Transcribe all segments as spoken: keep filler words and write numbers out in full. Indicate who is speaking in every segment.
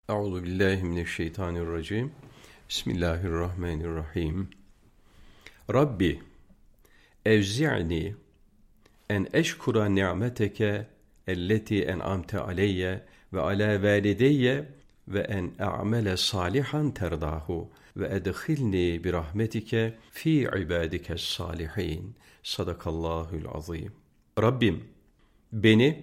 Speaker 1: Euzu billahi mineşşeytanirracim. Bismillahirrahmanirrahim. Rabbi evzi'ni en eşkura ni'meteke elleti en'amte aleyye ve ala valideyye ve en a'mele salihan terdahu ve edkhilni bi rahmetike fi ibadikes salihin. Sadakallahul azim. Rabbim beni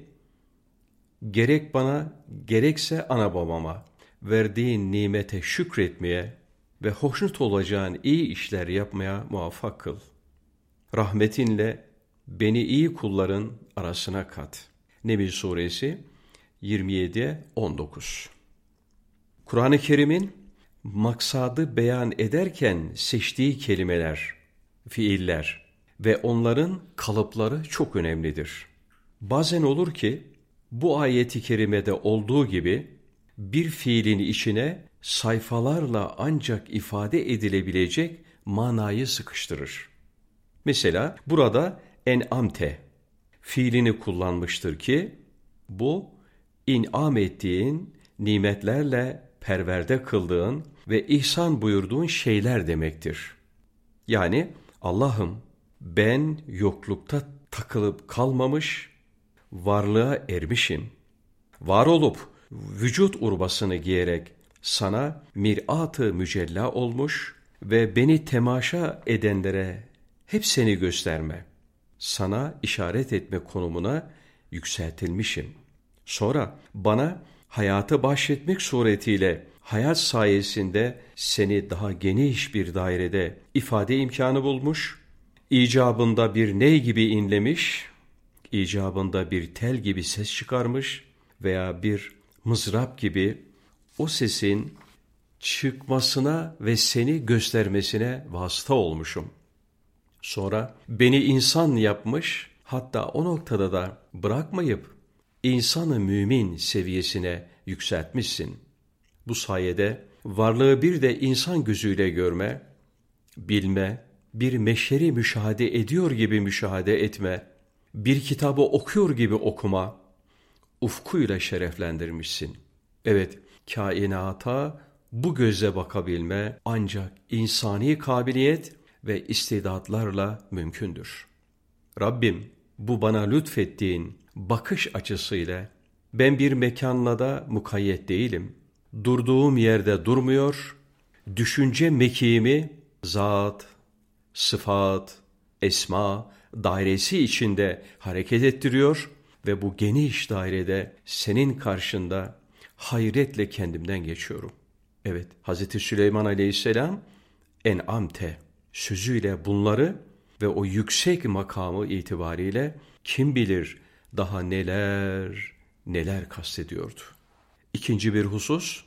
Speaker 1: gerek bana gerekse ana babama verdiğin nimete şükretmeye ve hoşnut olacağın iyi işler yapmaya muvaffak kıl. Rahmetinle beni iyi kulların arasına kat. Neml Suresi yirmi yedi on dokuz. Kur'an-ı Kerim'in maksadı beyan ederken seçtiği kelimeler, fiiller ve onların kalıpları çok önemlidir. Bazen olur ki bu ayeti kerimede olduğu gibi bir fiilin içine sayfalarla ancak ifade edilebilecek manayı sıkıştırır. Mesela burada en'amte fiilini kullanmıştır ki bu in'am ettiğin, nimetlerle perverde kıldığın ve ihsan buyurduğun şeyler demektir. Yani Allah'ım ben yoklukta takılıp kalmamış, varlığa ermişim. Var olup vücut urbasını giyerek sana mirat-ı mücella olmuş ve beni temaşa edenlere hep seni gösterme, sana işaret etme konumuna yükseltilmişim. Sonra bana hayatı bahşetmek suretiyle hayat sayesinde seni daha geniş bir dairede ifade imkanı bulmuş, icabında bir ney gibi inlemiş, icabında bir tel gibi ses çıkarmış veya bir mızrap gibi o sesin çıkmasına ve seni göstermesine vasıta olmuşum. Sonra beni insan yapmış, hatta o noktada da bırakmayıp insanı mümin seviyesine yükseltmişsin. Bu sayede varlığı bir de insan gözüyle görme, bilme, bir meşheri müşahede ediyor gibi müşahede etme, bir kitabı okuyor gibi okuma, ufkuyla şereflendirmişsin. Evet, kainata bu gözle bakabilme ancak insani kabiliyet ve istidatlarla mümkündür. Rabbim bu bana lütfettiğin bakış açısıyla ben bir mekanla da mukayyet değilim. Durduğum yerde durmuyor, düşünce mekiğimi zat, sıfat, esma dairesi içinde hareket ettiriyor ve bu geniş dairede senin karşında hayretle kendimden geçiyorum. Evet, Hazreti Süleyman Aleyhisselam en'amte sözüyle bunları ve o yüksek makamı itibariyle kim bilir daha neler neler kastediyordu. İkinci bir husus,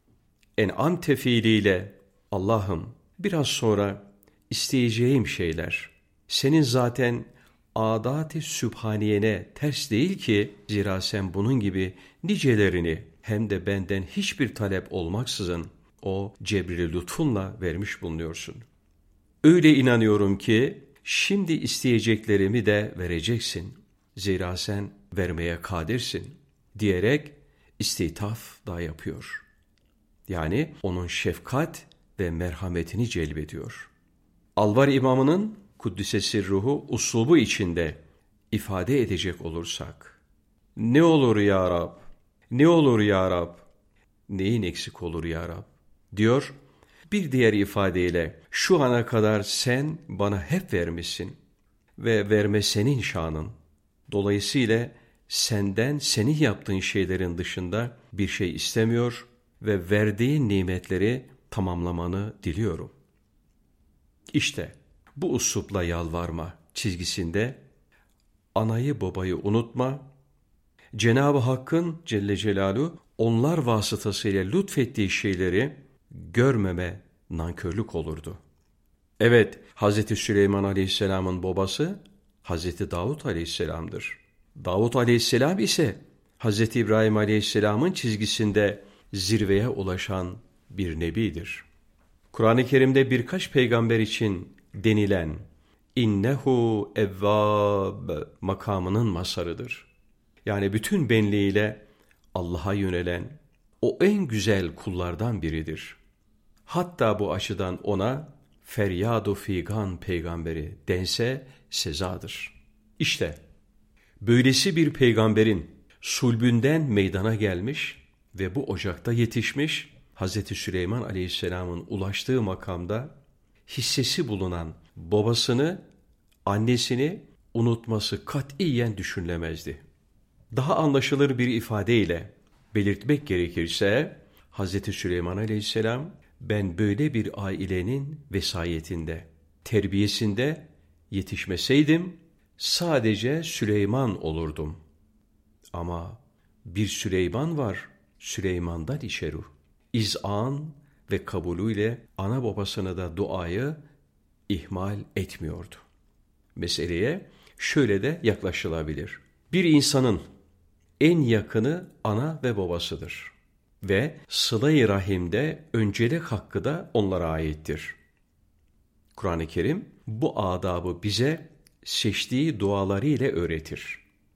Speaker 1: en'amte fiiliyle Allah'ım biraz sonra isteyeceğim şeyler senin zaten adat-ı sübhaniyene ters değil ki, zira sen bunun gibi nicelerini hem de benden hiçbir talep olmaksızın o cebri lütfunla vermiş bulunuyorsun. Öyle inanıyorum ki şimdi isteyeceklerimi de vereceksin. Zira sen vermeye kadirsin diyerek istitaf da yapıyor. Yani onun şefkat ve merhametini celbediyor. Alvar İmamı'nın Kuddisesi ruhu uslubu içinde ifade edecek olursak, ne olur ya Rab, ne olur ya Rab, neyin eksik olur ya Rab diyor. Bir diğer ifadeyle şu ana kadar sen bana hep vermişsin ve verme senin şanın. Dolayısıyla senden senin yaptığın şeylerin dışında bir şey istemiyor ve verdiğin nimetleri tamamlamanı diliyorum. İşte bu üslupla yalvarma çizgisinde anayı babayı unutma, Cenab-ı Hakk'ın Celle Celaluhu onlar vasıtasıyla lütfettiği şeyleri görmeme nankörlük olurdu. Evet, Hazreti Süleyman Aleyhisselam'ın babası Hazreti Davud Aleyhisselam'dır. Davud Aleyhisselam ise Hazreti İbrahim Aleyhisselam'ın çizgisinde zirveye ulaşan bir nebidir. Kur'an-ı Kerim'de birkaç peygamber için denilen innehu evvab makamının mazharıdır. Yani bütün benliğiyle Allah'a yönelen, o en güzel kullardan biridir. Hatta bu açıdan ona feryadu figan peygamberi dense sezadır. İşte böylesi bir peygamberin sulbünden meydana gelmiş ve bu ocakta yetişmiş Hazreti Süleyman Aleyhisselam'ın ulaştığı makamda hissesi bulunan babasını, annesini unutması katiyen düşünülemezdi. Daha anlaşılır bir ifadeyle belirtmek gerekirse Hazreti Süleyman Aleyhisselam, ben böyle bir ailenin vesayetinde, terbiyesinde yetişmeseydim sadece Süleyman olurdum. Ama bir Süleyman var, Süleyman'dan içeru. İz'an ve kabulüyle ana babasına da duayı ihmal etmiyordu. Meseleye şöyle de yaklaşılabilir. Bir insanın en yakını ana ve babasıdır. Ve sıla-i rahimde öncelik hakkı da onlara aittir. Kur'an-ı Kerim bu adabı bize seçtiği duaları ile öğretir.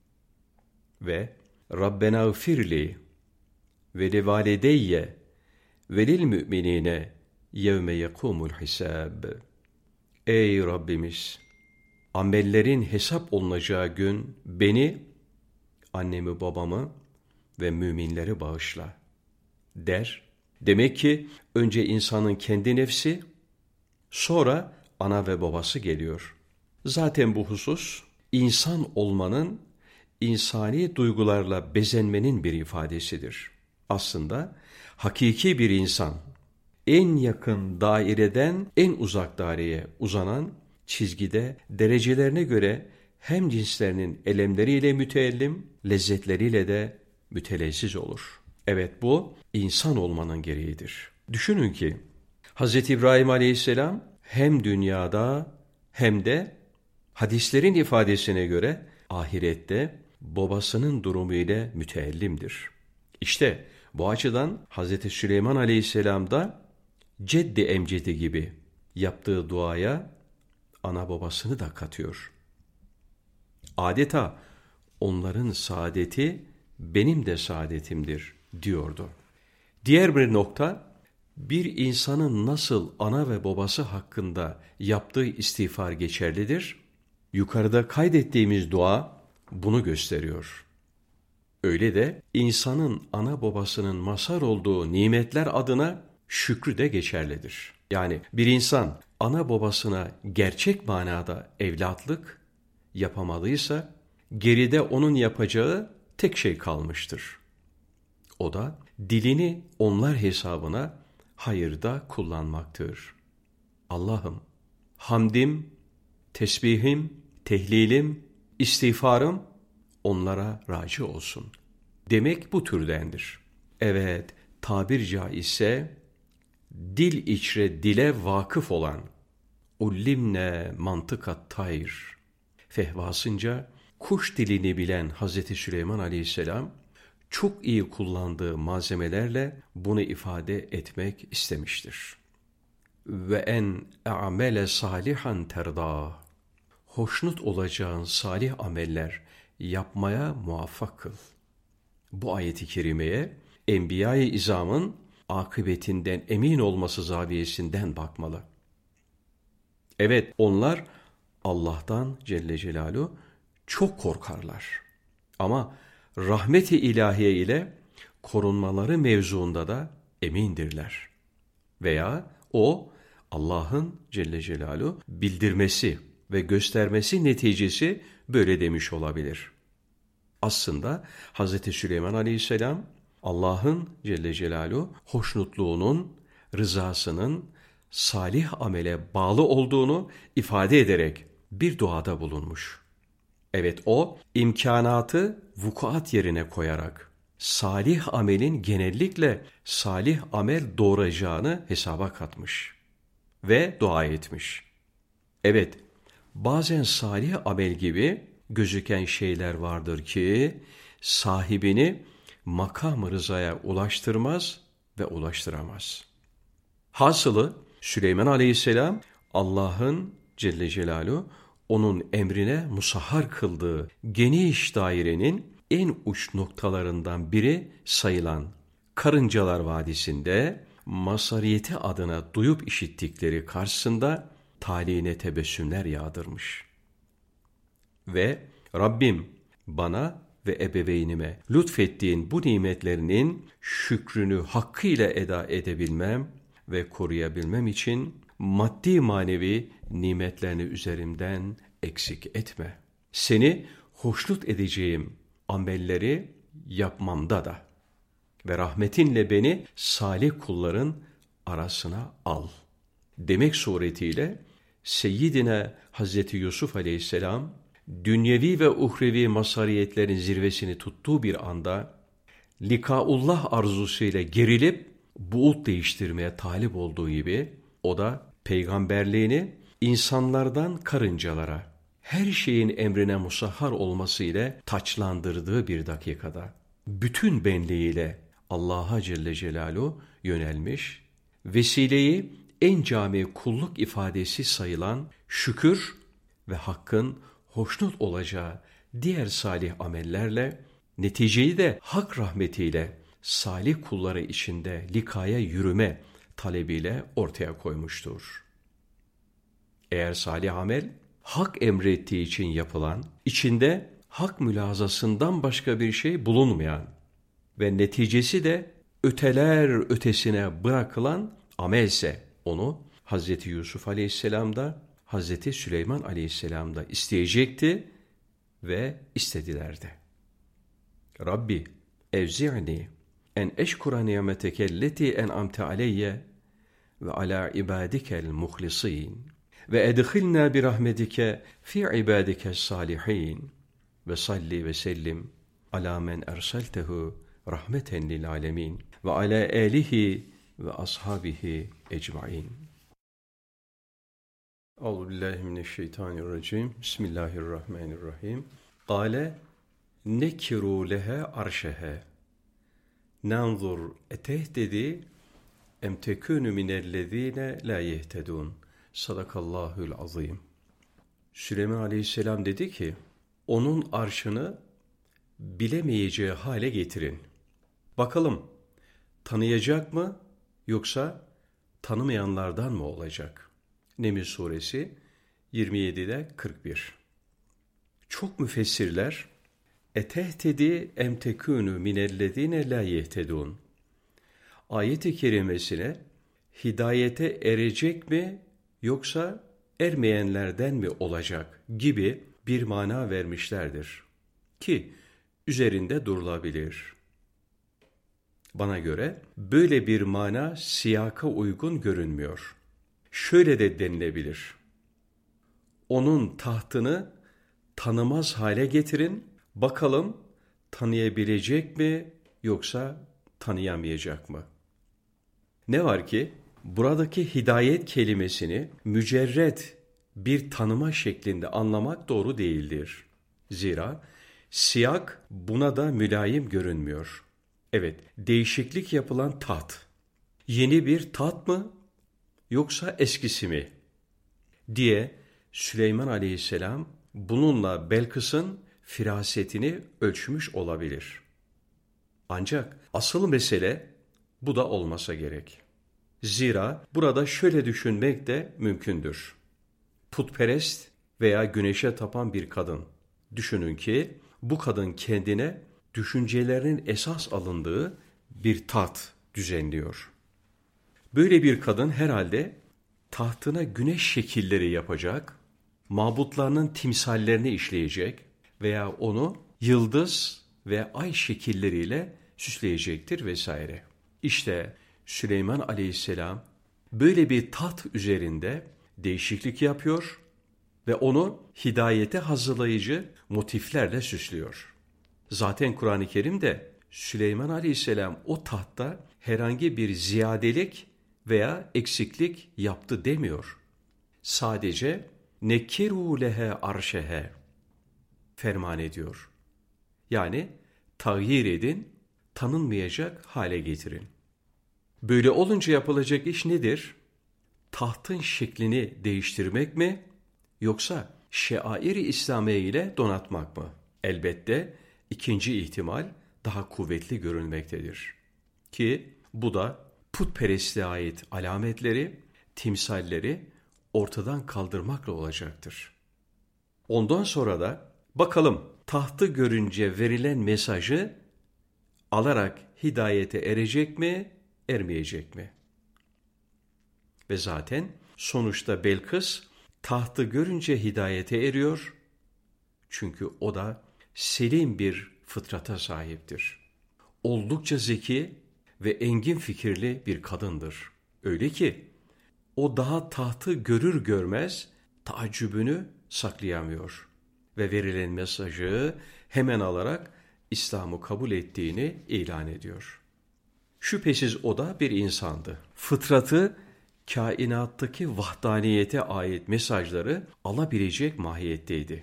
Speaker 1: Ve Rabbena gfirli ve li valideyye ve lil müminine yevme yekumul hisab. Ey Rabbimiz! Amellerin hesap olunacağı gün beni, annemi babamı ve müminleri bağışla der. Demek ki önce insanın kendi nefsi, sonra ana ve babası geliyor. Zaten bu husus insan olmanın, insani duygularla bezenmenin bir ifadesidir. Aslında hakiki bir insan, en yakın daireden en uzak daireye uzanan çizgide derecelerine göre hem cinslerinin elemleriyle müteellim, lezzetleriyle de mütelezziz olur. Evet, bu insan olmanın gereğidir. Düşünün ki Hazreti İbrahim Aleyhisselam hem dünyada hem de hadislerin ifadesine göre ahirette babasının durumu ile müteellimdir. İşte bu açıdan Hazreti Süleyman Aleyhisselam da ceddi emcedi gibi yaptığı duaya ana babasını da katıyor. Adeta onların saadeti benim de saadetimdir diyordu. Diğer bir nokta, bir insanın nasıl ana ve babası hakkında yaptığı istiğfar geçerlidir? Yukarıda kaydettiğimiz dua bunu gösteriyor. Öyle de insanın ana babasının mazhar olduğu nimetler adına şükrü de geçerlidir. Yani bir insan ana babasına gerçek manada evlatlık yapamadıysa geride onun yapacağı tek şey kalmıştır. O da dilini onlar hesabına hayırda kullanmaktır. Allah'ım, hamdim, tesbihim, tehlilim, istiğfarım onlara raci olsun demek bu türdendir. Evet, tabir caizse dil içre dile vakıf olan ullimne mantıkat tayr fehvasınca kuş dilini bilen Hazreti Süleyman Aleyhisselam çok iyi kullandığı malzemelerle bunu ifade etmek istemiştir. Ve en a'mele salihan terda, hoşnut olacağın salih ameller yapmaya muvaffak kıl. Bu ayeti kerimeye Enbiya-i İzam'ın akıbetinden emin olması zaviyesinden bakmalı. Evet, onlar Allah'tan Celle Celaluhu çok korkarlar. Ama rahmet-i ilahiye ile korunmaları mevzuunda da emindirler. Veya o Allah'ın Celle Celaluhu bildirmesi ve göstermesi neticesi böyle demiş olabilir. Aslında Hazreti Süleyman Aleyhisselam Allah'ın Celle Celaluhu hoşnutluğunun, rızasının salih amele bağlı olduğunu ifade ederek bir duada bulunmuş. Evet, o imkanatı vukuat yerine koyarak salih amelin genellikle salih amel doğuracağını hesaba katmış ve dua etmiş. Evet, bazen salih amel gibi gözüken şeyler vardır ki sahibini makam-ı rızaya ulaştırmaz ve ulaştıramaz. Hasılı Süleyman Aleyhisselam Allah'ın Celle Celaluhu onun emrine musahhar kıldığı geniş dairenin en uç noktalarından biri sayılan Karıncalar Vadisi'nde masariyeti adına duyup işittikleri karşısında talihine tebessümler yağdırmış. Ve Rabbim bana ve ebeveynime lütfettiğin bu nimetlerinin şükrünü hakkıyla eda edebilmem ve koruyabilmem için maddi manevi nimetlerini üzerimden eksik etme. Seni hoşnut edeceğim amelleri yapmamda da ve rahmetinle beni salih kulların arasına al demek suretiyle Seyyidina Hazreti Yusuf Aleyhisselam dünyevi ve uhrevi masariyetlerin zirvesini tuttuğu bir anda likaullah arzusuyla gerilip buğut değiştirmeye talip olduğu gibi o da peygamberliğini insanlardan karıncalara, her şeyin emrine musahhar olması ile taçlandırdığı bir dakikada bütün benliğiyle Allah'a Celle Celaluhu yönelmiş, vesileyi en cami kulluk ifadesi sayılan şükür ve Hakk'ın hoşnut olacağı diğer salih amellerle, neticeyi de hak rahmetiyle salih kulları içinde likaya yürüme talebiyle ortaya koymuştur. Eğer salih amel, hak emrettiği için yapılan, içinde hak mülazasından başka bir şey bulunmayan ve neticesi de öteler ötesine bırakılan amelse onu Hazreti Yusuf Aleyhisselam'da, Hazreti Süleyman Aleyhisselam'da isteyecekti ve istediler de. Rabbi evzi'ni en eşkura ni'meteke en'amte aleyye ve ala ibadikel muhlisin ve edkhilna bi rahmetike fi ibadikes salihin ve salli ve sellim ala men erseltehu rahmeten lil alemin ve ala alihi ve ashabihi ecmaîn. Euzubillahimineşşeytanirracim. Bismillahirrahmanirrahim. Kâle nekirû lehe arşehe. Nanzur etehtedi em tekûnü minellezîne la yehtedûn. Sadakallahul azîm. Süleyman Aleyhisselam dedi ki, onun arşını bilemeyeceği hale getirin. Bakalım tanıyacak mı yoksa tanımayanlardan mı olacak? Neml Suresi yirmi yedide kırk bir. Çok müfessirler etehtedi em tekûnü minellezîne la yehtedûn ayet-i kerimesine hidayete erecek mi yoksa ermeyenlerden mi olacak gibi bir mana vermişlerdir ki üzerinde durulabilir. Bana göre böyle bir mana siyaka uygun görünmüyor. Şöyle de denilebilir. Onun tahtını tanımaz hale getirin, bakalım tanıyabilecek mi yoksa tanıyamayacak mı? Ne var ki buradaki hidayet kelimesini mücerret bir tanıma şeklinde anlamak doğru değildir. Zira siyak buna da mülayim görünmüyor. Evet, değişiklik yapılan tat. Yeni bir tat mı yoksa eskisi mi diye Süleyman Aleyhisselam bununla Belkıs'ın firasetini ölçmüş olabilir. Ancak asıl mesele bu da olmasa gerek. Zira burada şöyle düşünmek de mümkündür. Putperest veya güneşe tapan bir kadın. Düşünün ki bu kadın kendine düşüncelerinin esas alındığı bir tat düzenliyor. Böyle bir kadın herhalde tahtına güneş şekilleri yapacak, mabutlarının timsallerini işleyecek veya onu yıldız ve ay şekilleriyle süsleyecektir vesaire. İşte Süleyman Aleyhisselam böyle bir taht üzerinde değişiklik yapıyor ve onu hidayete hazırlayıcı motiflerle süslüyor. Zaten Kur'an-ı Kerim'de Süleyman Aleyhisselam o tahtta herhangi bir ziyadelik veya eksiklik yaptı demiyor. Sadece nekiru lehe arşehe ferman ediyor. Yani tağyir edin, tanınmayacak hale getirin. Böyle olunca yapılacak iş nedir? Tahtın şeklini değiştirmek mi yoksa şeair-i İslamiye ile donatmak mı? Elbette ikinci ihtimal daha kuvvetli görünmektedir. Ki bu da putperestliğe ait alametleri, timsalleri ortadan kaldırmakla olacaktır. Ondan sonra da bakalım tahtı görünce verilen mesajı alarak hidayete erecek mi, ermeyecek mi? Ve zaten sonuçta Belkıs tahtı görünce hidayete eriyor. Çünkü o da selim bir fıtrata sahiptir. Oldukça zeki ve engin fikirli bir kadındır. Öyle ki o daha tahtı görür görmez taaccübünü saklayamıyor ve verilen mesajı hemen alarak İslam'ı kabul ettiğini ilan ediyor. Şüphesiz o da bir insandı. Fıtratı kainattaki vahdaniyete ait mesajları alabilecek mahiyetteydi.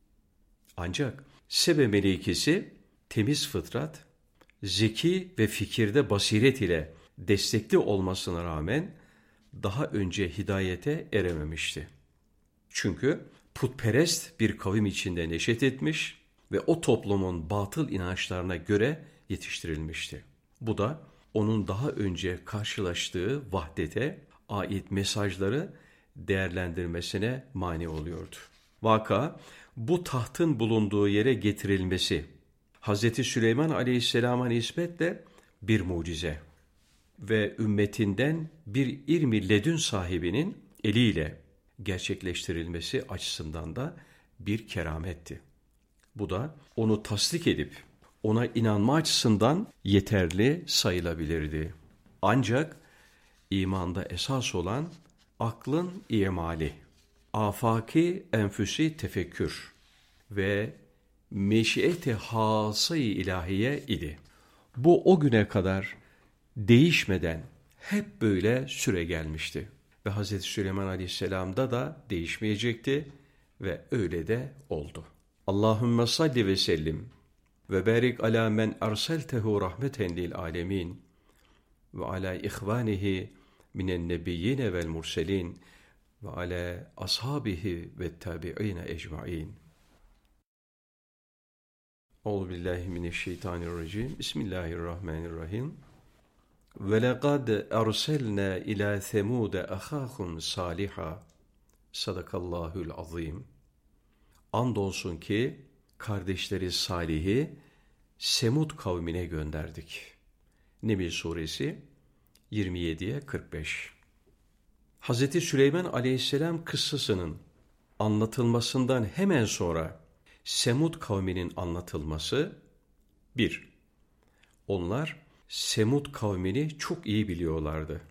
Speaker 1: Ancak Sebe melikesi temiz fıtrat, zeki ve fikirde basiret ile destekli olmasına rağmen daha önce hidayete erememişti. Çünkü putperest bir kavim içinde neşet etmiş ve o toplumun batıl inançlarına göre yetiştirilmişti. Bu da onun daha önce karşılaştığı vahdete ait mesajları değerlendirmesine mani oluyordu. Vaka, bu tahtın bulunduğu yere getirilmesi, Hazreti Süleyman Aleyhisselam'a nispetle bir mucize ve ümmetinden bir ilmi ledün sahibinin eliyle gerçekleştirilmesi açısından da bir kerametti. Bu da onu tasdik edip ona inanma açısından yeterli sayılabilirdi. Ancak imanda esas olan aklın imali, afaki enfüsi tefekkür ve meşiyeti hası-i ilahiye idi. Bu o güne kadar değişmeden hep böyle süre gelmişti. Ve Hazreti Süleyman Aleyhisselam'da da değişmeyecekti ve öyle de oldu. Allahümme salli ve sellim ve barik ala men erseltehu rahmeten lil alemin ve ala ihvanihi minen nebiyyine vel murselin ve ala ashabihi ve tabi'ine ecmain. Euzubillahimineşşeytanirracim. Bismillahirrahmanirrahim. Ve lekad erselna ila Semûde ahâhum sâliha. Sadakallahul azîm. Andolsun ki kardeşleri Salih'i Semud kavmine gönderdik. Neml suresi yirmi yediye kırk beş. Hazreti Süleyman Aleyhisselam kıssasının anlatılmasından hemen sonra Semud kavminin anlatılması bir. Onlar Semud kavmini çok iyi biliyorlardı.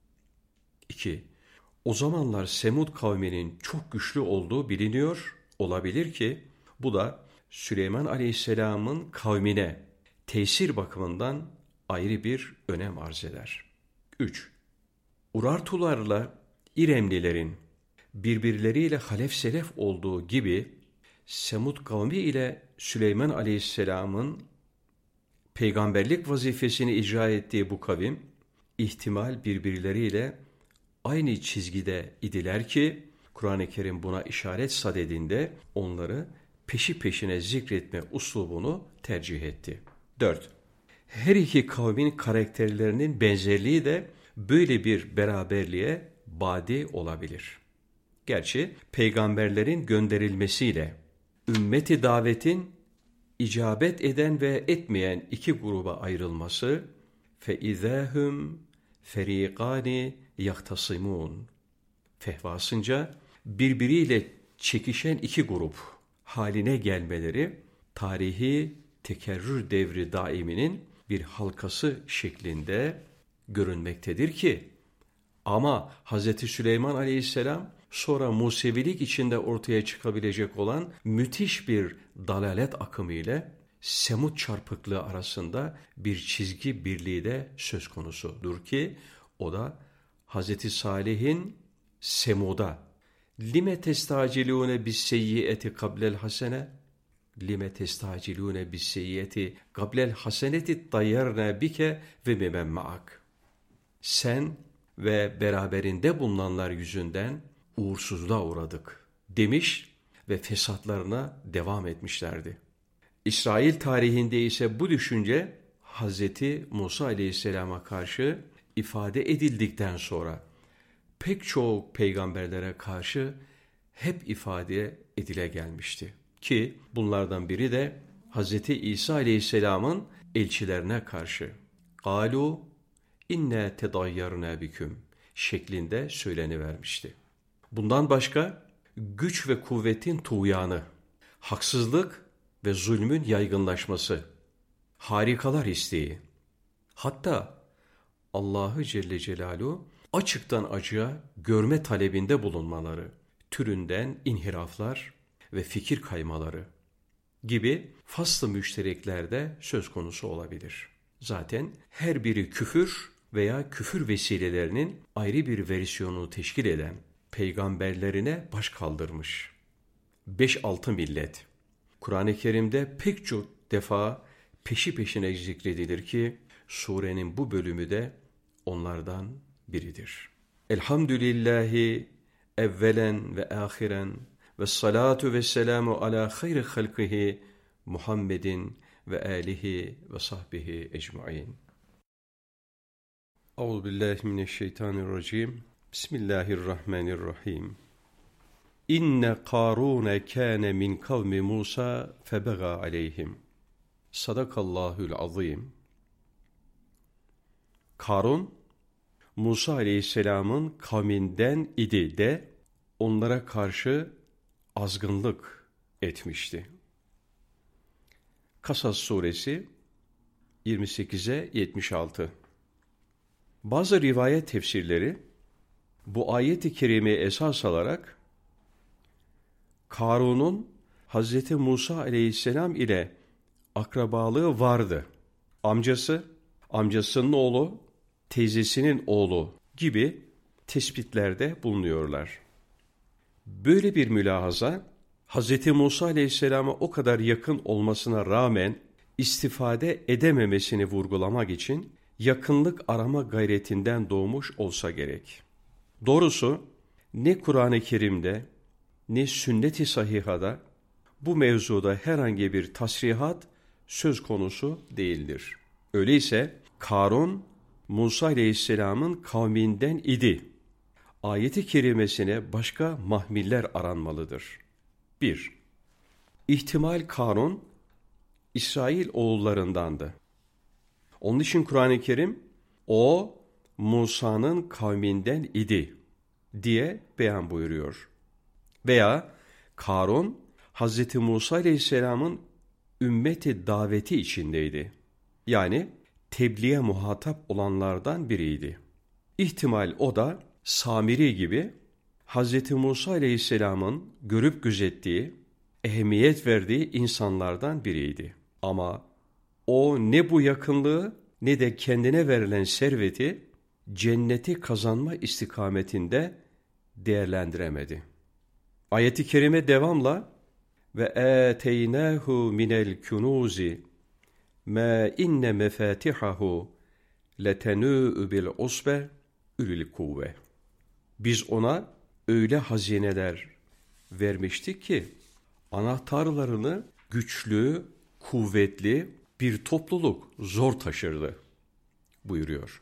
Speaker 1: iki. O zamanlar Semud kavminin çok güçlü olduğu biliniyor olabilir ki bu da Süleyman Aleyhisselam'ın kavmine tesir bakımından ayrı bir önem arz eder. üç. Urartularla İremlilerin birbirleriyle halef selef olduğu gibi Semud kavmi ile Süleyman Aleyhisselam'ın peygamberlik vazifesini icra ettiği bu kavim ihtimal birbirleriyle aynı çizgide idiler ki Kur'an-ı Kerim buna işaret sadedinde onları peşi peşine zikretme uslubunu tercih etti. dört. Her iki kavmin karakterlerinin benzerliği de böyle bir beraberliğe badi olabilir. Gerçi peygamberlerin gönderilmesiyle ümmeti davetin icabet eden ve etmeyen iki gruba ayrılması فَاِذَاهُمْ فَر۪يقَانِ يَخْتَصِمُونَ fehvasınca birbiriyle çekişen iki grup haline gelmeleri tarihi tekerrür devri daiminin bir halkası şeklinde görünmektedir ki ama Hz. Süleyman Aleyhisselam sonra Musevilik içinde ortaya çıkabilecek olan müthiş bir dalalet akımı ile Semud çarpıklığı arasında bir çizgi birliği de söz konusudur ki o da Hz. Salih'in Semud'a lime testacilûne bis-seyyi'eti kablel hasene lime testacilûne bis-seyyi'eti kablel haseneti tayyarna bike ve mimen ma'ak sen ve beraberinde bulunanlar yüzünden uğursuzluğa uğradık demiş ve fesatlarına devam etmişlerdi. İsrail tarihinde ise bu düşünce Hazreti Musa Aleyhisselam'a karşı ifade edildikten sonra pek çok peygamberlere karşı hep ifade edile gelmişti. Ki bunlardan biri de Hazreti İsa Aleyhisselam'ın elçilerine karşı "Galu inne tedayyarna biküm" şeklinde söylenivermişti. Bundan başka güç ve kuvvetin tuğyanı, haksızlık ve zulmün yaygınlaşması, harikalar isteği, hatta Allahü Celle Celaluhu açıktan açığa görme talebinde bulunmaları, türünden inhiraflar ve fikir kaymaları gibi faslı müştereklerde söz konusu olabilir. Zaten her biri küfür veya küfür vesilelerinin ayrı bir versiyonunu teşkil eden peygamberlerine baş kaldırmış. Beş altı millet. Kur'an-ı Kerim'de pek çok defa peşi peşine zikredilir ki surenin bu bölümü de onlardan biridir. Elhamdülillahi evvelen ve ahiren ve salatu ve selamu ala hayri halkihi Muhammedin ve alihi ve sahbihi ecmain. Euzubillahimineşşeytanirracim. Bismillahirrahmanirrahim. İnne Karun kâne min kavmi Musa febega aleyhim. Sadakallahul azim. Karun, Musa Aleyhisselam'ın kavminden idi de onlara karşı azgınlık etmişti. Kasas suresi yirmi sekize yetmiş altı. Bazı rivayet tefsirleri bu ayet-i kerimeyi esas alarak Karun'un Hazreti Musa Aleyhisselam ile akrabalığı vardı. Amcası, amcasının oğlu, teyzesinin oğlu gibi tespitlerde bulunuyorlar. Böyle bir mülahaza, Hazreti Musa Aleyhisselam'a o kadar yakın olmasına rağmen istifade edememesini vurgulamak için yakınlık arama gayretinden doğmuş olsa gerek. Doğrusu ne Kur'an-ı Kerim'de ne sünnet-i sahihada bu mevzuda herhangi bir tasrihat söz konusu değildir. Öyleyse Karun, Musa Aleyhisselam'ın kavminden idi. Ayet-i kerimesine başka mahmiller aranmalıdır. bir. İhtimal Karun, İsrail oğullarındandı. Onun için Kur'an-ı Kerim, o Musa'nın kavminden idi diye beyan buyuruyor. Veya Karun, Hazreti Musa Aleyhisselam'ın ümmeti daveti içindeydi. Yani tebliğe muhatap olanlardan biriydi. İhtimal o da Samiri gibi Hazreti Musa Aleyhisselam'ın görüp gözettiği, ehemmiyet verdiği insanlardan biriydi. Ama o ne bu yakınlığı ne de kendine verilen serveti cenneti kazanma istikametinde değerlendiremedi. Ayet-i kerime devamla ve eteynahu minel kunuzi ma inne mefatihahu letenû bil usbe ülül kuvve. Biz ona öyle hazineler vermiştik ki anahtarlarını güçlü, kuvvetli bir topluluk zor taşırdı buyuruyor.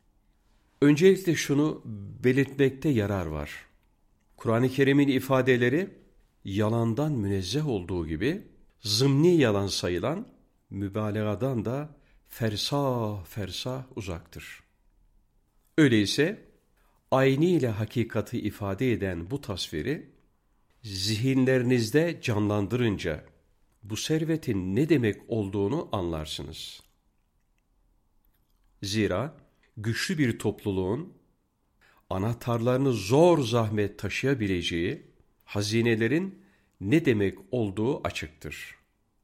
Speaker 1: Öncelikle şunu belirtmekte yarar var. Kur'an-ı Kerim'in ifadeleri yalandan münezzeh olduğu gibi zımni yalan sayılan mübalağadan da fersah fersah uzaktır. Öyleyse ayni ile hakikati ifade eden bu tasviri zihinlerinizde canlandırınca bu servetin ne demek olduğunu anlarsınız. Zira güçlü bir topluluğun anahtarlarını zor zahmet taşıyabileceği hazinelerin ne demek olduğu açıktır.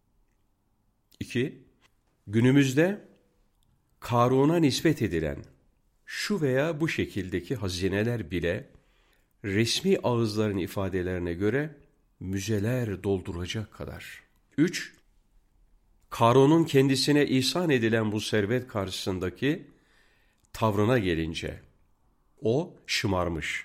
Speaker 1: İki, günümüzde Karun'a nispet edilen şu veya bu şekildeki hazineler bile resmi ağızların ifadelerine göre müzeler dolduracak kadar. Üç, Karun'un kendisine ihsan edilen bu servet karşısındaki tavrına gelince o şımarmış,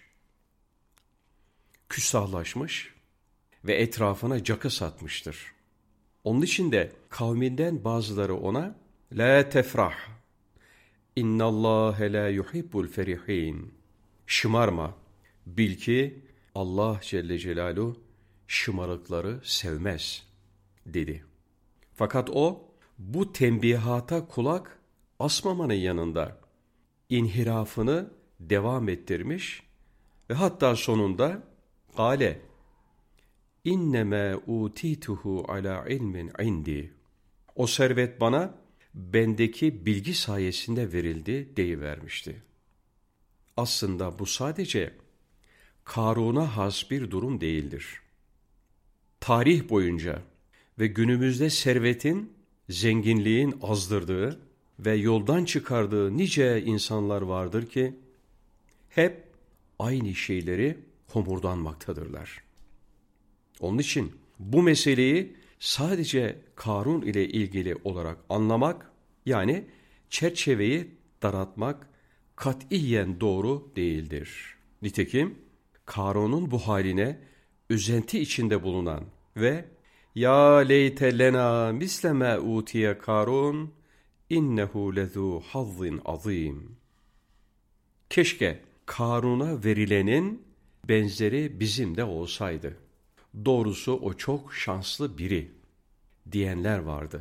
Speaker 1: küstahlaşmış ve etrafına caka satmıştır. Onun için de kavminden bazıları ona La tefrah. İnnallâhe la yuhibbul ferihin. Şımarma. Bil ki Allah Celle Celaluhu şımarıkları sevmez, dedi. Fakat o bu tembihata kulak asmamanın yanında inhirafını devam ettirmiş ve hatta sonunda "Kale inneme utituhu ala ilmin indi." O servet bana bendeki bilgi sayesinde verildi deyivermişti. Aslında bu sadece Karun'a has bir durum değildir. Tarih boyunca ve günümüzde servetin, zenginliğin azdırdığı ve yoldan çıkardığı nice insanlar vardır ki hep aynı şeyleri homurdanmaktadırlar. Onun için bu meseleyi sadece Karun ile ilgili olarak anlamak, yani çerçeveyi daraltmak katiyen doğru değildir. Nitekim Karun'un bu haline üzenti içinde bulunan ve "Ya leyte lena misle ma utiye Karun innehu lezu hazzin azim." Keşke Karun'a verilenin benzeri bizim de olsaydı. Doğrusu o çok şanslı biri diyenler vardı.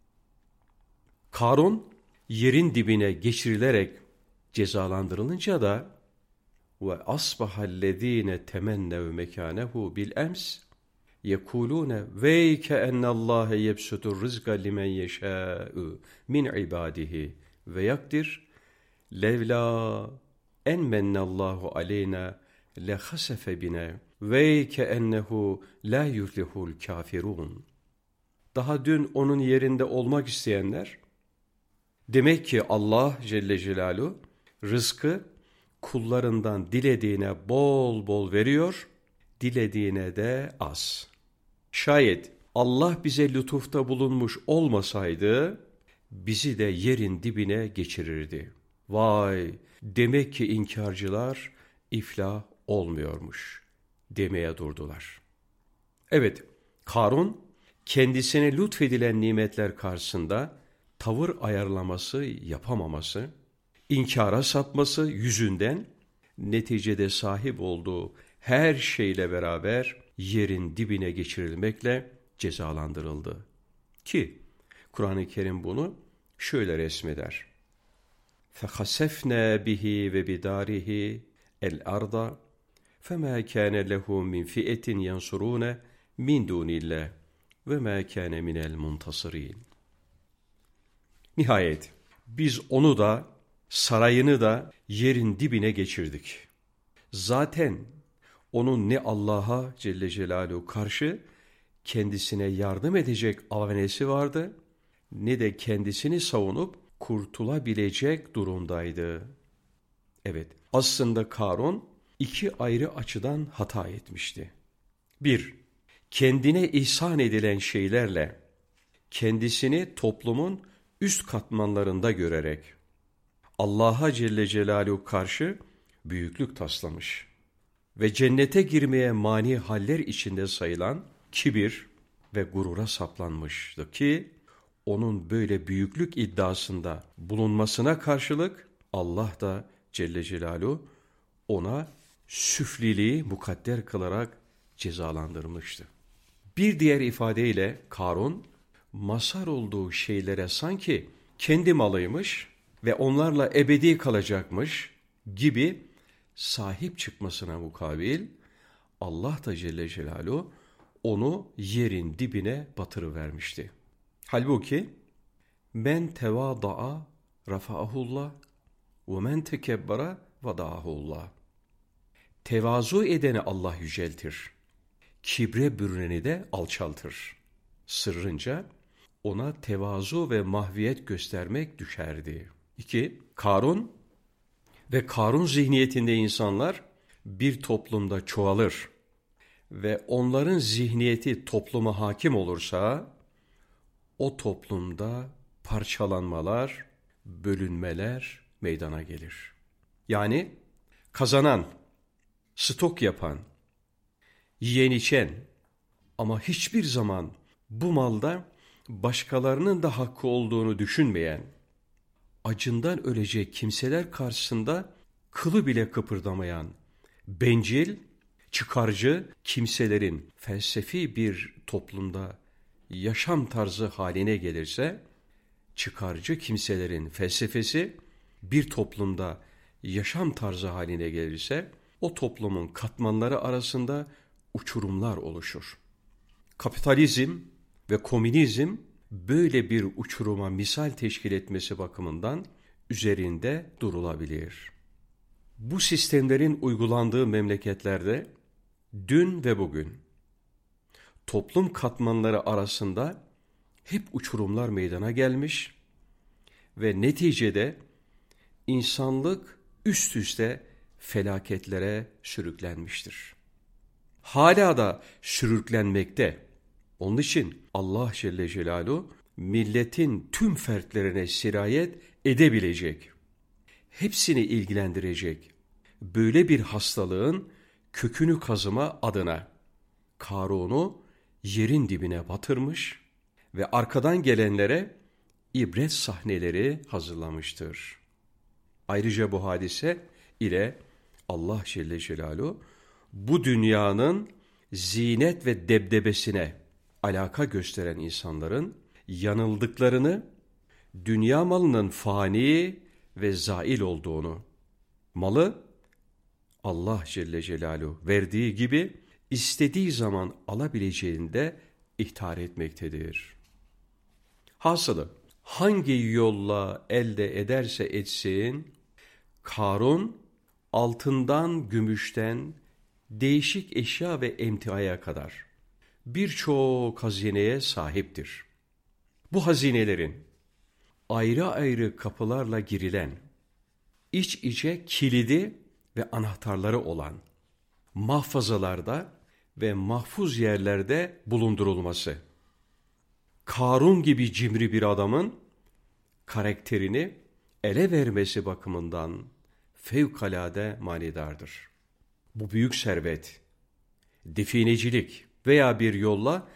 Speaker 1: Karun yerin dibine geçirilerek cezalandırılınca da ve asbahallezine temennev mekanehu bil ems yekulune ve keennallâhe yebsutur rızka limen yeşâ'u min ibadihi ve yakdir levla en mennallahu aleyna le hasefe bine ve keennehu la yuflihul kafirun. Daha dün onun yerinde olmak isteyenler, demek ki Allah Celle Celaluhu rızkı kullarından dilediğine bol bol veriyor, dilediğine de az. Şayet Allah bize lütufta bulunmuş olmasaydı, bizi de yerin dibine geçirirdi. Vay, demek ki inkarcılar iflah olmuyormuş demeye durdular. Evet, Karun kendisine lütfedilen nimetler karşısında tavır ayarlaması yapamaması, inkara sapması yüzünden neticede sahip olduğu her şeyle beraber yerin dibine geçirilmekle cezalandırıldı. Ki Kur'an-ı Kerim bunu şöyle resmeder. فَخَسَفْنَا بِهِ وَبِدَارِهِ الْأَرْضَ فَمَا كَانَ لَهُ مِنْ فِئَةٍ يَنْصُرُونَ مِنْ دُونِ اللّٰهِ وَمَا كَانَ مِنَ الْمُنْتَصِرِينَ. Nihayet biz onu da sarayını da yerin dibine geçirdik. Zaten onun ne Allah'a Celle Celaluhu karşı kendisine yardım edecek avanesi vardı, ne de kendisini savunup kurtulabilecek durumdaydı. Evet, aslında Karun iki ayrı açıdan hata etmişti. Bir, kendine ihsan edilen şeylerle kendisini toplumun üst katmanlarında görerek Allah'a Celle Celaluhu karşı büyüklük taslamış ve cennete girmeye mani haller içinde sayılan kibir ve gurura saplanmıştı ki onun böyle büyüklük iddiasında bulunmasına karşılık Allah da Celle Celaluhu ona süfliliği mukadder kılarak cezalandırmıştı. Bir diğer ifadeyle Karun mazhar olduğu şeylere sanki kendi malıymış ve onlarla ebedi kalacakmış gibi sahip çıkmasına mukabil Allah da Celle Celaluhu onu yerin dibine batırıvermişti. Halbuki men tevada'a rafa'ahullah ve men tekebbara vada'ahullah. Tevazu edeni Allah yüceltir. Kibre bürüneni de alçaltır. Sırrınca ona tevazu ve mahviyet göstermek düşerdi. İki, Karun ve Karun zihniyetinde insanlar bir toplumda çoğalır ve onların zihniyeti topluma hakim olursa o toplumda parçalanmalar, bölünmeler meydana gelir. Yani kazanan, stok yapan, yiyen içen ama hiçbir zaman bu malda başkalarının da hakkı olduğunu düşünmeyen, acından ölecek kimseler karşısında kılı bile kıpırdamayan, bencil, çıkarcı kimselerin felsefi bir toplumda yaşam tarzı haline gelirse, çıkarcı kimselerin felsefesi bir toplumda yaşam tarzı haline gelirse, o toplumun katmanları arasında uçurumlar oluşur. Kapitalizm ve komünizm böyle bir uçuruma misal teşkil etmesi bakımından üzerinde durulabilir. Bu sistemlerin uygulandığı memleketlerde dün ve bugün toplum katmanları arasında hep uçurumlar meydana gelmiş ve neticede insanlık üst üste felaketlere sürüklenmiştir. Hala da sürüklenmekte. Onun için Allah Celle Celaluhu milletin tüm fertlerine sirayet edebilecek, hepsini ilgilendirecek böyle bir hastalığın kökünü kazıma adına Karun'u yerin dibine batırmış ve arkadan gelenlere ibret sahneleri hazırlamıştır. Ayrıca bu hadise ile Allah Celle Celaluhu bu dünyanın zinet ve debdebesine alaka gösteren insanların yanıldıklarını, dünya malının fani ve zail olduğunu, malı Allah Celle Celaluhu verdiği gibi istediği zaman alabileceğini de ihtar etmektedir. Hasılı hangi yolla elde ederse etsin, Karun altından, gümüşten, değişik eşya ve emtiaya kadar birçok hazineye sahiptir. Bu hazinelerin ayrı ayrı kapılarla girilen, iç içe kilidi ve anahtarları olan mahfazalarda ve mahfuz yerlerde bulundurulması, Karun gibi cimri bir adamın karakterini ele vermesi bakımından fevkalade manidardır. Bu büyük servet, definecilik veya bir yolla